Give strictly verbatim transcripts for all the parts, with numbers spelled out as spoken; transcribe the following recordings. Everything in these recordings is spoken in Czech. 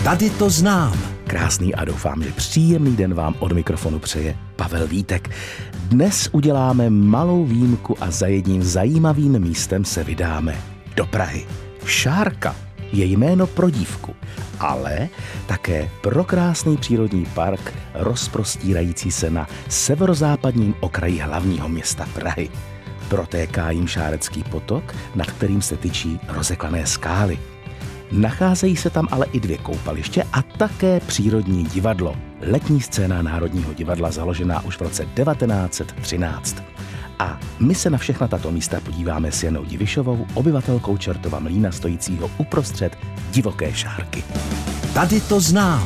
Tady to znám. Krásný a doufám, že příjemný den vám od mikrofonu přeje Pavel Vítek. Dnes uděláme malou výjimku a za jedním zajímavým místem se vydáme do Prahy. Šárka je jméno pro dívku, ale také pro krásný přírodní park rozprostírající se na severozápadním okraji hlavního města Prahy. Protéká jim Šárecký potok, nad kterým se tyčí rozeklané skály. Nacházejí se tam ale i dvě koupaliště a také přírodní divadlo. Letní scéna Národního divadla založená už v roce devatenáct set třináct. A my se na všechna tato místa podíváme s Janou Divišovou, obyvatelkou Čertova Mlýna stojícího uprostřed divoké Šárky. Tady to znám.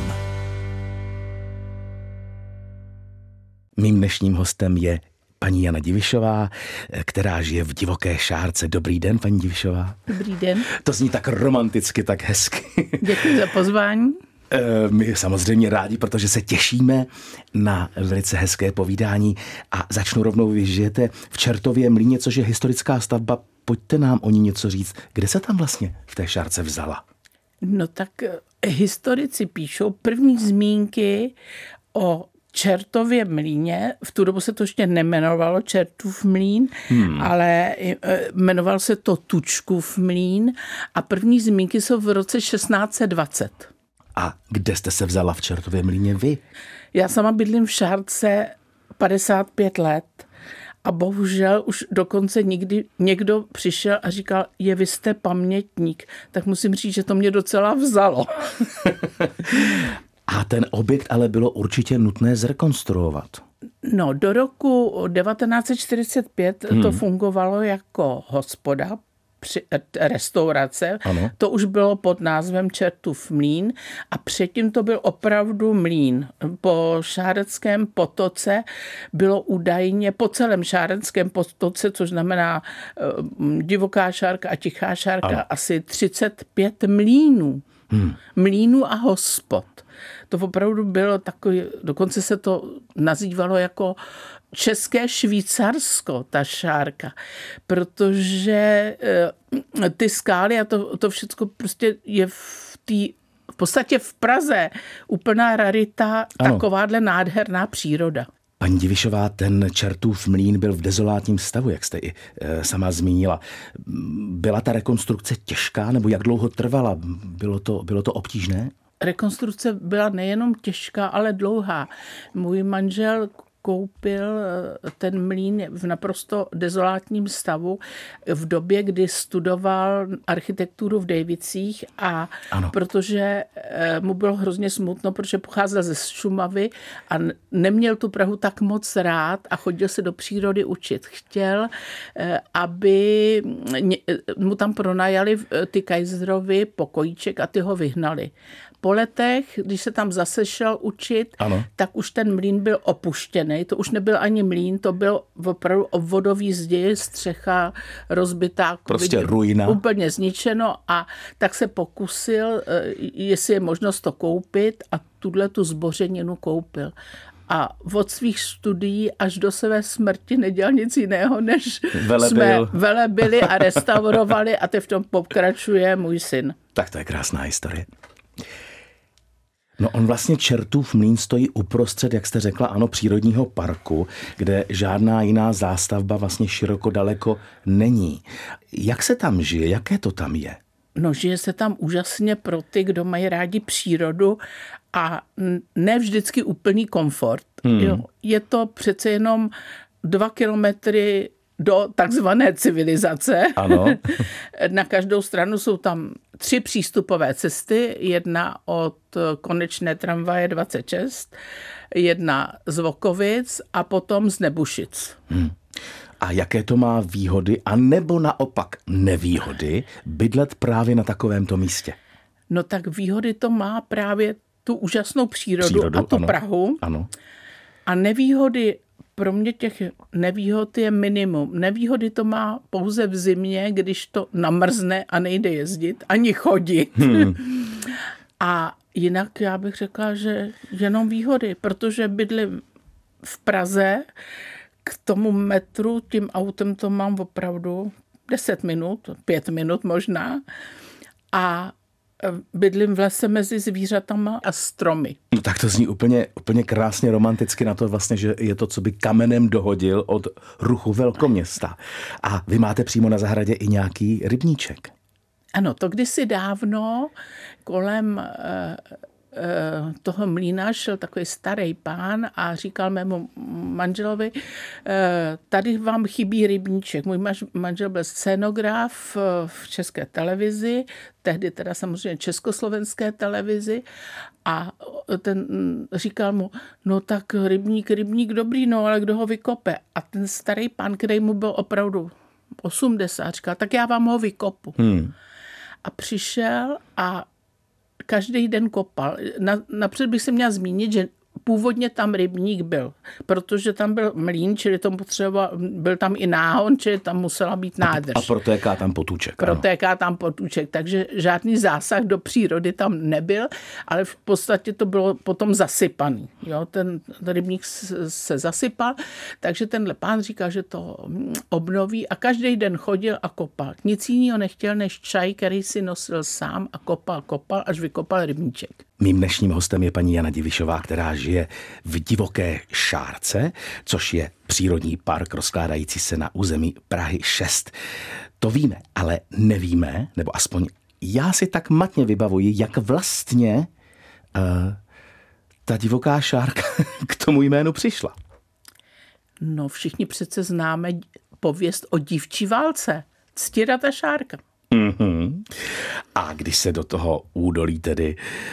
Mým dnešním hostem je paní Jana Divišová, která žije v divoké Šárce. Dobrý den, paní Divišová. Dobrý den. To zní tak romanticky, tak hezky. Děkuji za pozvání. My samozřejmě rádi, protože se těšíme na velice hezké povídání a začnu rovnou. Vy žijete v Čertově Mlýně, což je historická stavba. Pojďte nám o ní něco říct. Kde se tam vlastně v té Šárce vzala? No tak historici píšou první zmínky o Čertově Mlýně. V tu dobu se to ještě nemenovalo Čertův Mlýn, hmm. ale jmenoval se to Tučkův Mlýn a první zmínky jsou v roce šestnáct set dvacet. A kde jste se vzala v Čertově Mlýně vy? Já sama bydlím v Šárce padesát pět let a bohužel už dokonce nikdy někdo přišel a říkal, je, vy jste pamětník. Tak musím říct, že to mě docela vzalo. A ten objekt ale bylo určitě nutné zrekonstruovat. No, do roku devatenáct set čtyřicet pět hmm. to fungovalo jako hospoda, při, restaurace. Ano. To už bylo pod názvem Čertův Mlýn a předtím to byl opravdu mlýn. Po Šáreckém potoce bylo údajně, po celém Šáreckém potoce, což znamená uh, divoká Šárka a tichá Šárka, ano. asi třicet pět mlýnů. Hmm. Mlýnů a hospod. To opravdu bylo takový, dokonce se to nazývalo jako České Švýcarsko, ta Šárka, protože ty skály a to, to všechno prostě je v té, v podstatě v Praze úplná rarita, ano. Takováhle nádherná příroda. Paní Divišová, ten Čertův Mlýn byl v dezolátním stavu, jak jste i e, sama zmínila. Byla ta rekonstrukce těžká, nebo jak dlouho trvala? Bylo to, bylo to obtížné? Rekonstrukce byla nejenom těžká, ale dlouhá. Můj manžel koupil ten mlýn v naprosto dezolátním stavu v době, kdy studoval architekturu v Dejvicích a ano. protože mu bylo hrozně smutno, protože pocházel ze Šumavy a neměl tu Prahu tak moc rád a chodil se do přírody učit. Chtěl, aby mu tam pronajali ty Kajzrovi pokojíček a ty ho vyhnali. Po letech, když se tam zase šel učit, ano. tak už ten mlýn byl opuštěný. To už nebyl ani mlýn, to byl opravdu obvodový zdi, střecha rozbitá. Prostě vidím, ruina. Úplně zničeno a tak se pokusil, jestli je možnost to koupit a tuhle tu zbořeninu koupil. A od svých studií až do své smrti nedělal nic jiného, než velebil. jsme velebili a restaurovali a teď v tom pokračuje můj syn. Tak to je krásná historie. No on vlastně Čertův Mlýn stojí uprostřed, jak jste řekla, ano, přírodního parku, kde žádná jiná zástavba vlastně široko daleko není. Jak se tam žije? Jaké to tam je? No, žije se tam úžasně pro ty, kdo mají rádi přírodu a ne vždycky úplný komfort. Hmm. Jo, je to přece jenom dva kilometry do takzvané civilizace. Ano. Na každou stranu jsou tam tři přístupové cesty. Jedna od konečné tramvaje dvacet šest, jedna z Vokovic a potom z Nebušic. Hmm. A jaké to má výhody, a nebo naopak nevýhody, bydlet právě na takovémto místě? No tak výhody to má právě tu úžasnou přírodu, přírodu a tu ano. Prahu. Ano. A nevýhody, pro mě těch nevýhod je minimum. Nevýhody to má pouze v zimě, když to namrzne a nejde jezdit, ani chodit. Hmm. A jinak já bych řekla, že jenom výhody, protože bydlím v Praze, k tomu metru tím autem to mám opravdu deset minut, pět minut možná. A Bydlím v lese mezi zvířatama a stromy. No tak to zní úplně, úplně krásně romanticky na to vlastně, že je to, co by kamenem dohodil od ruchu velkoměsta. A vy máte přímo na zahradě i nějaký rybníček. Ano, to kdysi dávno kolem e, e, toho mlýna šel takový starý pán a říkal mému manželovi, e, tady vám chybí rybníček. Můj manžel byl scénograf v České televizi, tehdy teda samozřejmě československé televizi a ten říkal mu, no tak rybník, rybník dobrý, no ale kdo ho vykope? A ten starý pán, který mu byl opravdu osmdesát, říkal, tak já vám ho vykopu. Hmm. A přišel a každý den kopal. Napřed bych se měla zmínit, že původně tam rybník byl, protože tam byl mlýn, čili tam potřeba, byl tam i náhon, čili tam musela být nádrž. A protéká tam potůček. Protéká tam potůček, takže žádný zásah do přírody tam nebyl, ale v podstatě to bylo potom zasypaný. Jo? Ten, ten rybník se zasypal, takže tenhle pán říkal, že to obnoví a každý den chodil a kopal. Nic jiného nechtěl než čaj, který si nosil sám a kopal, kopal, až vykopal rybníček. Mým dnešním hostem je paní Jana Divišová, která žije v Divoké Šárce, což je přírodní park rozkládající se na území Prahy šest. To víme, ale nevíme, nebo aspoň já si tak matně vybavuji, jak vlastně uh, ta Divoká Šárka k tomu jménu přišla. No všichni přece známe pověst o dívčí válce. Ctirata Šárka. Mm-hmm. A když se do toho údolí tedy,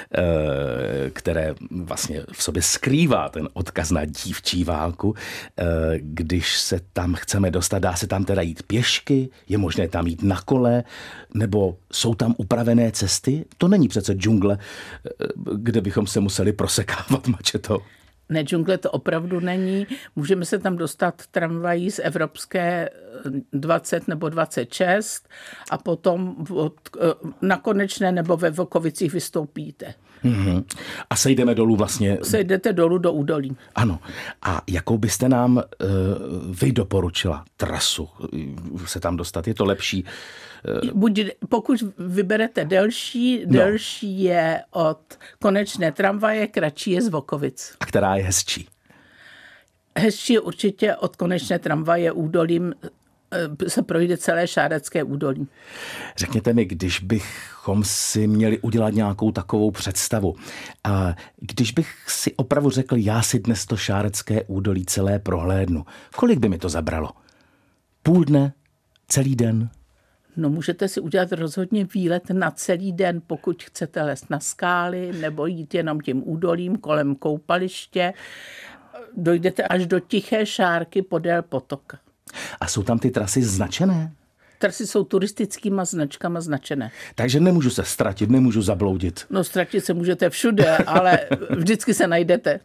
které vlastně v sobě skrývá ten odkaz na dívčí válku, když se tam chceme dostat, dá se tam teda jít pěšky, je možné tam jít na kole, nebo jsou tam upravené cesty? To není přece džungle, kde bychom se museli prosekávat mačetou. Ne, džungle to opravdu není. Můžeme se tam dostat tramvají z Evropské dvacet nebo dvacet šest a potom od, na Konečné nebo ve Vlkovicích vystoupíte. Mm-hmm. A sejdeme dolů vlastně. Sejdete dolů do údolí. Ano. A jakou byste nám uh, vy doporučila trasu se tam dostat? Je to lepší? Uh... Buď, pokud vyberete delší, no. delší je od Konečné tramvaje, kratší je z Vlkovic. A která je hezčí? Hezčí je určitě od Konečné tramvaje údolím se projde celé Šárecké údolí. Řekněte mi, když bychom si měli udělat nějakou takovou představu, a když bych si opravdu řekl, já si dnes to Šárecké údolí celé prohlédnu, kolik by mi to zabralo? Půl dne? Celý den? No můžete si udělat rozhodně výlet na celý den, pokud chcete lézt na skály nebo jít jenom tím údolím kolem koupaliště. Dojdete až do Tiché Šárky podél potoka. A jsou tam ty trasy značené? Trasy jsou turistickýma značkama značené. Takže nemůžu se ztratit, nemůžu zabloudit. No ztratit se můžete všude, ale vždycky se najdete.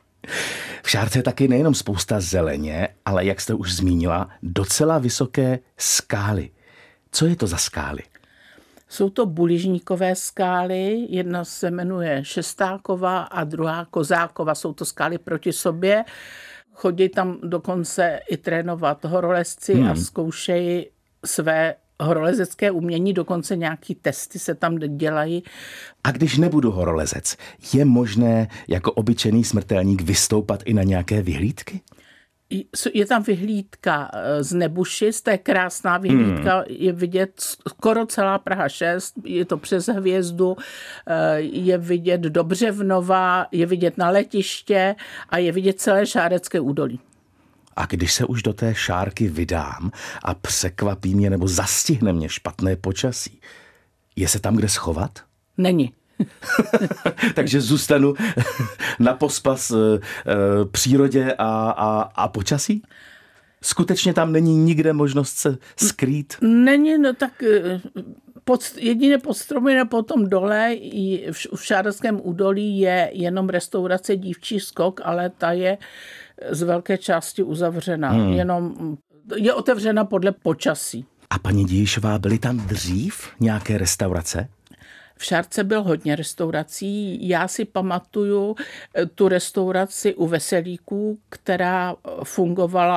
V Šárce je taky nejenom spousta zeleně, ale jak jste už zmínila, docela vysoké skály. Co je to za skály? Jsou to buližníkové skály, jedna se jmenuje Šestákova a druhá Kozákova. Jsou to skály proti sobě. Chodí tam dokonce i trénovat horolezci hmm. a zkoušejí své horolezecké umění, dokonce nějaký testy se tam dělají. A když nebudu horolezec, je možné jako obyčejný smrtelník vystoupat i na nějaké vyhlídky? Je tam vyhlídka z Nebušic, to je krásná vyhlídka, hmm. je vidět skoro celá Praha šest, je to přes hvězdu, je vidět do Břevnova, je vidět na letiště a je vidět celé Šárecké údolí. A když se už do té Šárky vydám a překvapí mě nebo zastihne mě špatné počasí, je se tam kde schovat? Není. Takže zůstanu na pospas e, přírodě a, a, a počasí? Skutečně tam není nikde možnost se skrýt? Není, no tak pod, jedině pod stromy a potom dole v, v Šáreckém údolí je jenom restaurace Dívčí skok, ale ta je z velké části uzavřena. Hmm. Jenom je otevřena podle počasí. A paní Divišová, byly tam dřív nějaké restaurace? V Šárce byl hodně restaurací. Já si pamatuju tu restauraci u Veselíků, která fungovala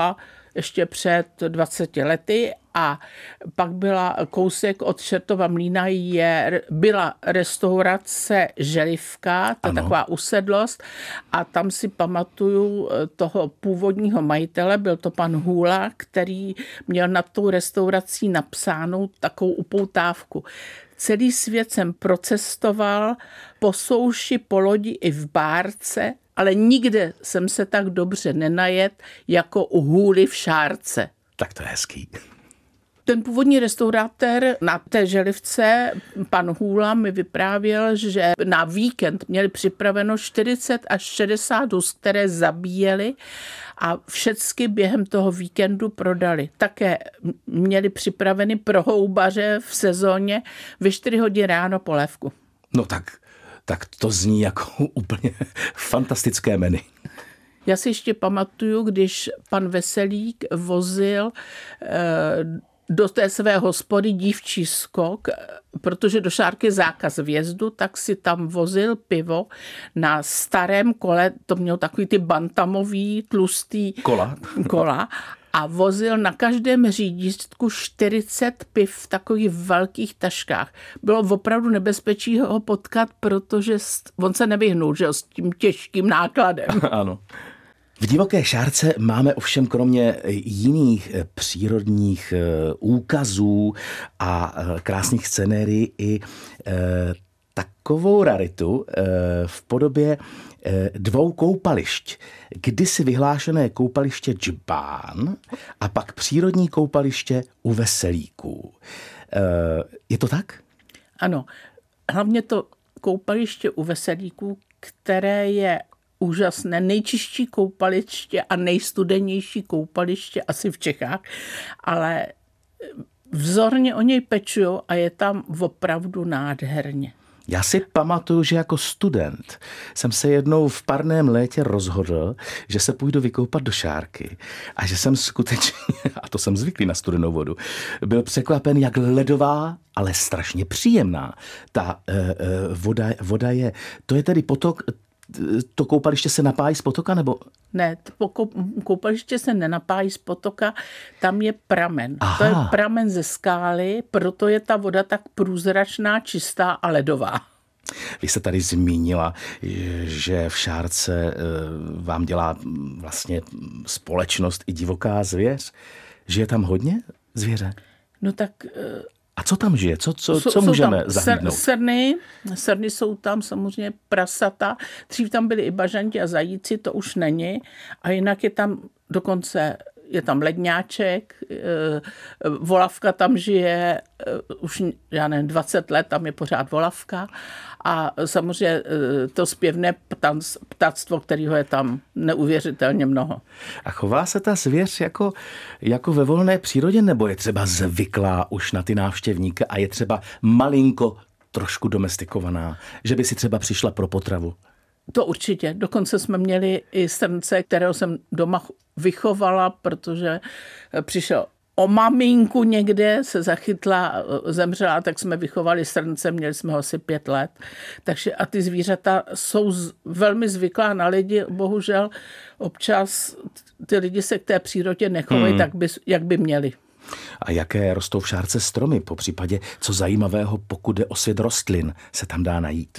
ještě před dvaceti lety a pak byla kousek od Čertova mlýna je, byla restaurace Želivka, to je taková usedlost a tam si pamatuju toho původního majitele, byl to pan Hůla, který měl nad tou restaurací napsánou takovou upoutávku. Celý svět jsem procestoval po souši, po lodi i v bárce, ale nikde jsem se tak dobře nenajet jako u Hůly v Šárce. Tak to je hezký. Ten původní restaurátor na té Želivce, pan Hůla, mi vyprávěl, že na víkend měli připraveno čtyřicet až šedesát hus, které zabíjeli a všechny během toho víkendu prodali. Také měli připraveny pro houbaře v sezóně ve čtyři hodiny ráno polévku. No tak, tak to zní jako úplně fantastické menu. Já si ještě pamatuju, když pan Veselík vozil eh, do té své hospody dívčí skok, protože do Šárky je zákaz vjezdu, tak si tam vozil pivo na starém kole, to mělo takový ty bantamový, tlustý kola, kola a vozil na každém řídítku čtyřicet piv v takových velkých taškách. Bylo opravdu nebezpečí ho potkat, protože on se nevyhnul, že s tím těžkým nákladem. Ano. V Divoké Šárce máme ovšem kromě jiných přírodních úkazů a krásných scenérií i takovou raritu v podobě dvou koupališť. Kdysi vyhlášené koupaliště Džbán a pak přírodní koupaliště u Veselíků. Je to tak? Ano. Hlavně to koupaliště u Veselíků, které je úžasné, nejčistší koupaliště a nejstudenější koupaliště asi v Čechách, ale vzorně o něj pečujou a je tam opravdu nádherně. Já si pamatuju, že jako student jsem se jednou v parném létě rozhodl, že se půjdu vykoupat do Šárky a že jsem skutečně, a to jsem zvyklý na studenou vodu, byl překvapen, jak ledová, ale strašně příjemná ta e, e, voda, voda je. To je tedy potok. To koupaliště se napájí z potoka, nebo? Ne, to koupaliště se nenapájí z potoka, tam je pramen. Aha. To je pramen ze skály, proto je ta voda tak průzračná, čistá a ledová. Vy jste tady zmínila, že v Šárce vám dělá vlastně společnost i divoká zvěř. Žije tam hodně zvěře? No tak... A co tam žije? Co, co, co můžeme zahlídnout? Srny, srny jsou tam samozřejmě prasata. Dřív tam byly i bažanti a zajíci, to už není. A jinak je tam dokonce, je tam ledňáček, volavka tam žije, už já nevím, dvacet let, tam je pořád volavka. A samozřejmě to zpěvné ptactvo, kterého je tam neuvěřitelně mnoho. A chová se ta zvěř jako, jako ve volné přírodě, nebo je třeba zvyklá už na ty návštěvníky a je třeba malinko trošku domestikovaná, že by si třeba přišla pro potravu? To určitě. Dokonce jsme měli i srnce, kterého jsem doma vychovala, protože přišel o maminku někde, se zachytla, zemřela, tak jsme vychovali srnce, měli jsme ho asi pět let. Takže a ty zvířata jsou z, velmi zvyklá na lidi, bohužel občas ty lidi se k té přírodě nechovají hmm. tak, by, jak by měli. A jaké rostou v Šárce stromy? Po případě, co zajímavého, pokud jde o svět rostlin, se tam dá najít?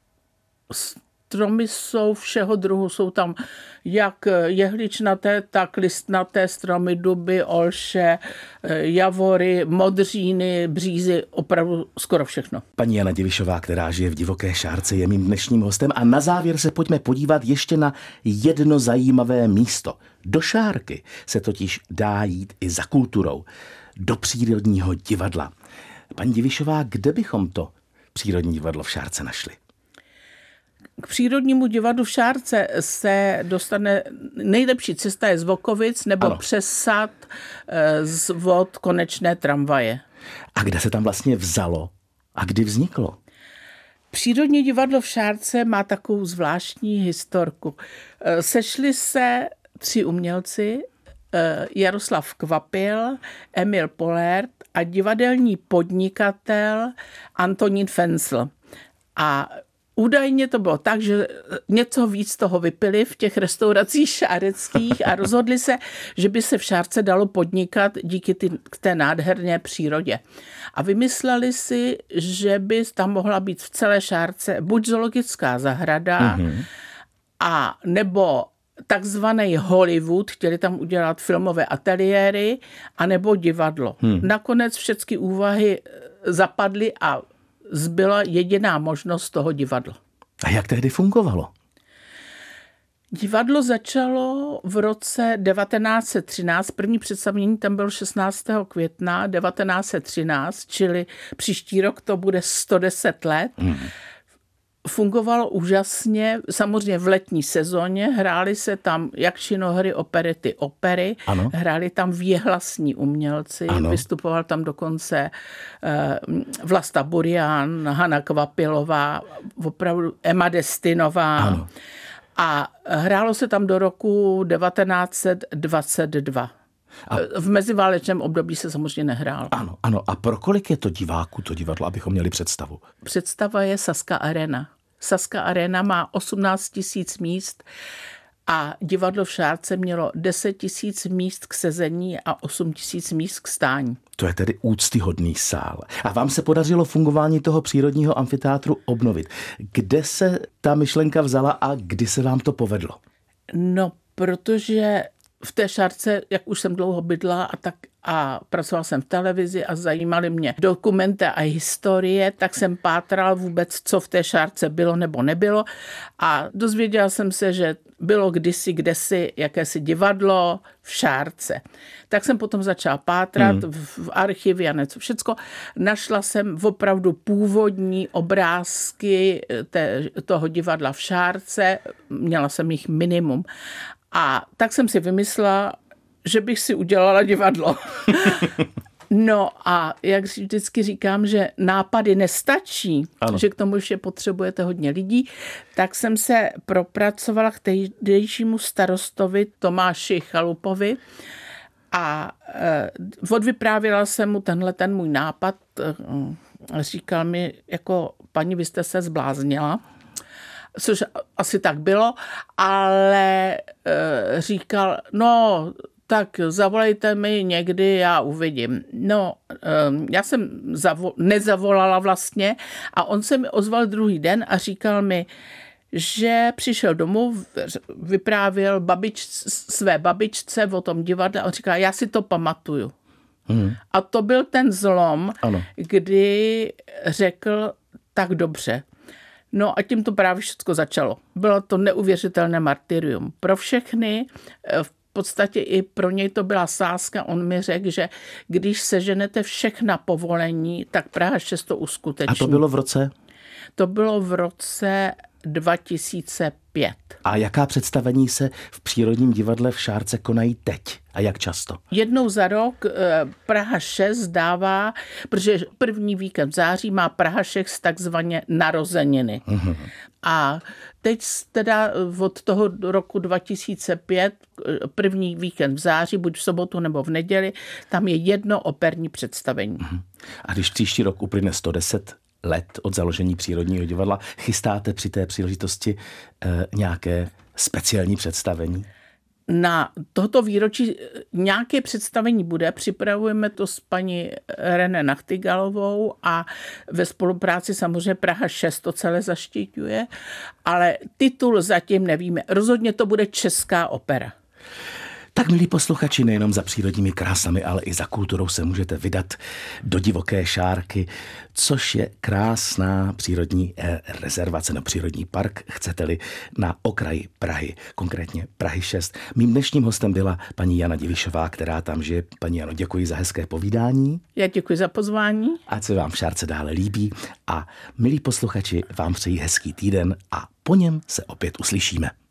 Stromy jsou všeho druhu, jsou tam jak jehličnaté, tak listnaté stromy, duby, olše, javory, modříny, břízy, opravdu skoro všechno. Paní Jana Divišová, která žije v Divoké Šárce, je mým dnešním hostem a na závěr se pojďme podívat ještě na jedno zajímavé místo. Do Šárky se totiž dá jít i za kulturou, do přírodního divadla. Paní Divišová, kde bychom to přírodní divadlo v Šárce našli? K přírodnímu divadlu v Šárce se dostane, nejlepší cesta je z Vokovic nebo ano. přes sad z vod konečné tramvaje. A kde se tam vlastně vzalo a kdy vzniklo? Přírodní divadlo v Šárce má takovou zvláštní historku. Sešli se tři umělci, Jaroslav Kvapil, Emil Polert a divadelní podnikatel Antonín Fencl. A Údajně to bylo tak, že něco víc toho vypili v těch restauracích šáreckých a rozhodli se, že by se v Šárce dalo podnikat díky ty, k té nádherné přírodě. A vymysleli si, že by tam mohla být v celé Šárce buď zoologická zahrada, mm-hmm. a nebo takzvaný Hollywood, chtěli tam udělat filmové ateliéry, anebo divadlo. Hmm. Nakonec všechny úvahy zapadly a zbyla jediná možnost toho divadla. A jak tehdy fungovalo? Divadlo začalo v roce devatenáct set třináct, první představení tam byl šestnáctého května devatenáct set třináct, čili příští rok to bude sto deset let. Hmm. Fungovalo úžasně, samozřejmě v letní sezóně, hráli se tam jak činohry, operety, opery, ano. Hráli tam věhlasní umělci, ano. Vystupoval tam dokonce uh, Vlasta Burian, Hana Kvapilová, opravdu Emma Destinová. Ano. A hrálo se tam do roku devatenáct set dvacet dva. A v meziválečném období se samozřejmě nehrálo. Ano, ano. A pro kolik je to diváků, to divadlo, abychom měli představu? Představa je Sazka Arena. Sazka Arena má osmnáct tisíc míst a divadlo v Šárce mělo deset tisíc míst k sezení a osm tisíc míst k stání. To je tedy úctyhodný sál. A vám se podařilo fungování toho přírodního amfiteátru obnovit. Kde se ta myšlenka vzala a kdy se vám to povedlo? No, protože v té Šárce, jak už jsem dlouho bydla a tak a pracoval jsem v televizi a zajímaly mě dokumenty a historie, tak jsem pátral vůbec, co v té Šárce bylo nebo nebylo a dozvěděla jsem se, že bylo kdysi, kdesi jakési divadlo v Šárce. Tak jsem potom začala pátrat hmm. v archivě a něco všecko. Našla jsem opravdu původní obrázky té, toho divadla v Šárce, měla jsem jich minimum. A tak jsem si vymyslela, že bych si udělala divadlo. No a jak vždycky říkám, že nápady nestačí, ano. Že k tomu ještě potřebujete hodně lidí, tak jsem se propracovala k tehdejšímu starostovi Tomáši Chalupovi a e, odvyprávěla jsem mu tenhle ten můj nápad. E, říkal mi, jako paní, vy jste se zbláznila. Což asi tak bylo, ale e, říkal, no tak zavolejte mi někdy, já uvidím. No, e, já jsem zavo- nezavolala vlastně a on se mi ozval druhý den a říkal mi, že přišel domů, vyprávěl babič, své babičce o tom divadle a on říkal, já si to pamatuju. Hmm. A to byl ten zlom, ano. Kdy řekl, tak dobře. No a tím to právě všechno začalo. Bylo to neuvěřitelné martyrium. Pro všechny, v podstatě i pro něj to byla sázka. On mi řekl, že když seženete všechna povolení, tak Praha šest to uskuteční. A to bylo v roce? To bylo v roce dva tisíce pět. A jaká představení se v Přírodním divadle v Šárce konají teď? A jak často? Jednou za rok Praha šest dává, protože první víkend v září má Praha šest takzvaně narozeniny. Mm-hmm. A teď teda od toho roku dva tisíce pět, první víkend v září, buď v sobotu nebo v neděli, tam je jedno operní představení. Mm-hmm. A když příští rok uplyne sto deset let od založení Přírodního divadla, chystáte při té příležitosti eh, nějaké speciální představení? Na tohoto výročí nějaké představení bude. Připravujeme to s paní René Nachtigalovou a ve spolupráci samozřejmě Praha šest to celé zaštiťuje, ale titul zatím nevíme. Rozhodně to bude česká opera. Tak, milí posluchači, nejenom za přírodními krásami, ale i za kulturou se můžete vydat do divoké Šárky, což je krásná přírodní rezervace, no přírodní park, chcete-li, na okraji Prahy, konkrétně Prahy šest. Mým dnešním hostem byla paní Jana Divišová, která tam žije. Paní Jano, děkuji za hezké povídání. Já děkuji za pozvání. Ať se vám v Šárce dále líbí a milí posluchači, vám přeji hezký týden a po něm se opět uslyšíme.